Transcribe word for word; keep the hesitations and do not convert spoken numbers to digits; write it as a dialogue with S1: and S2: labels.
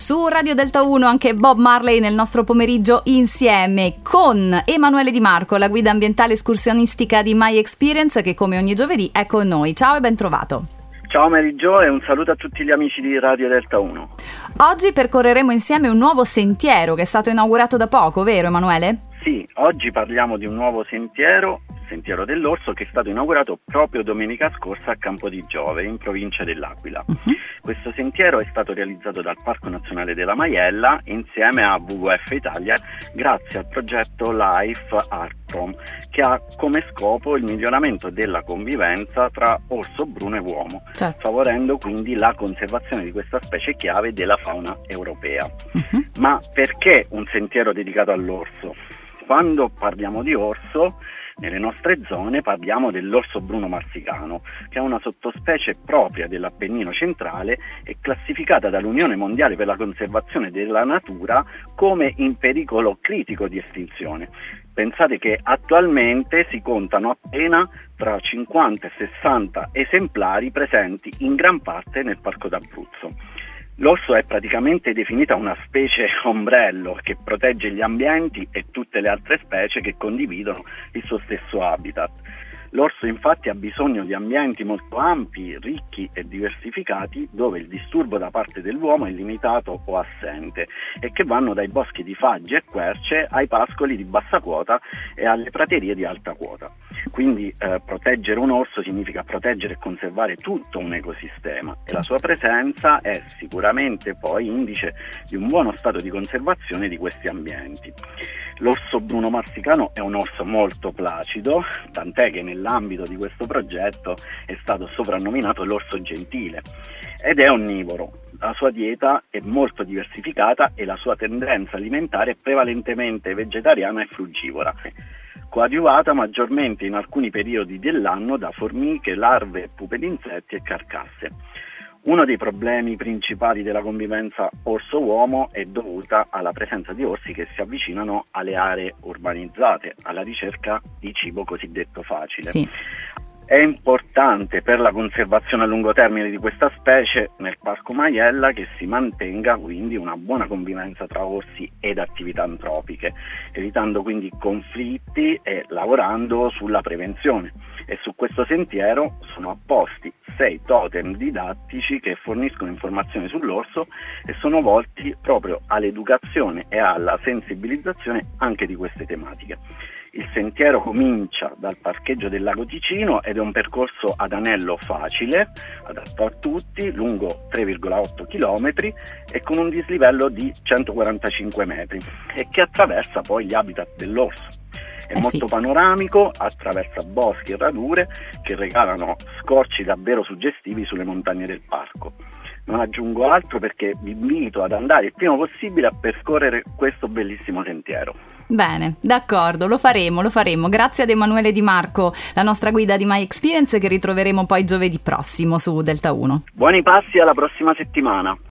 S1: Su Radio Delta uno anche Bob Marley nel nostro pomeriggio insieme con Emanuele Di Marco, la guida ambientale escursionistica di My Experience, che come ogni giovedì è con noi. Ciao e ben trovato.
S2: Ciao Mary Jo e un saluto a tutti gli amici di Radio Delta uno.
S1: Oggi percorreremo insieme un nuovo sentiero che è stato inaugurato da poco, vero Emanuele?
S2: Sì, oggi parliamo di un nuovo sentiero, Sentiero dell'Orso, che è stato inaugurato proprio domenica scorsa a Campo di Giove, in provincia dell'Aquila. Uh-huh. Questo sentiero è stato realizzato dal Parco Nazionale della Maiella insieme a W W F Italia grazie al progetto Life Artprom, che ha come scopo il miglioramento della convivenza tra orso bruno e uomo, certo. favorendo quindi la conservazione di questa specie chiave della fauna europea. Uh-huh. Ma perché un sentiero dedicato all'orso? Quando parliamo di orso, nelle nostre zone parliamo dell'orso bruno marsicano, che è una sottospecie propria dell'Appennino centrale e classificata dall'Unione Mondiale per la Conservazione della Natura come in pericolo critico di estinzione. Pensate che attualmente si contano appena tra cinquanta e sessanta esemplari presenti in gran parte nel Parco d'Abruzzo. L'orso è praticamente definita una specie ombrello che protegge gli ambienti e tutte le altre specie che condividono il suo stesso habitat. L'orso infatti ha bisogno di ambienti molto ampi, ricchi e diversificati, dove il disturbo da parte dell'uomo è limitato o assente e che vanno dai boschi di faggi e querce ai pascoli di bassa quota e alle praterie di alta quota. Quindi eh, proteggere un orso significa proteggere e conservare tutto un ecosistema e la sua presenza è sicuramente poi indice di un buono stato di conservazione di questi ambienti. L'orso bruno marsicano è un orso molto placido, tant'è che nell'ambito di questo progetto è stato soprannominato l'orso gentile ed è onnivoro. La sua dieta è molto diversificata e la sua tendenza alimentare è prevalentemente vegetariana e frugivora, coadiuvata maggiormente in alcuni periodi dell'anno da formiche, larve, pupe di insetti e carcasse. Uno dei problemi principali della convivenza orso-uomo è dovuta alla presenza di orsi che si avvicinano alle aree urbanizzate, alla ricerca di cibo cosiddetto facile. Sì. È importante per la conservazione a lungo termine di questa specie nel Parco Maiella che si mantenga quindi una buona convivenza tra orsi ed attività antropiche, evitando quindi conflitti e lavorando sulla prevenzione. E su questo sentiero sono apposti sei totem didattici che forniscono informazioni sull'orso e sono volti proprio all'educazione e alla sensibilizzazione anche di queste tematiche. Il sentiero comincia dal parcheggio del Lago Ticino ed è un percorso ad anello facile, adatto a tutti, lungo tre virgola otto chilometri e con un dislivello di centoquarantacinque metri e che attraversa poi gli habitat dell'orso. È eh molto sì. panoramico, attraversa boschi e radure che regalano scorci davvero suggestivi sulle montagne del parco. Non aggiungo altro perché vi invito ad andare il prima possibile a percorrere questo bellissimo sentiero.
S1: Bene, d'accordo, lo faremo, lo faremo. Grazie ad Emanuele Di Marco, la nostra guida di My Experience, che ritroveremo poi giovedì prossimo su Delta uno.
S2: Buoni passi, alla prossima settimana.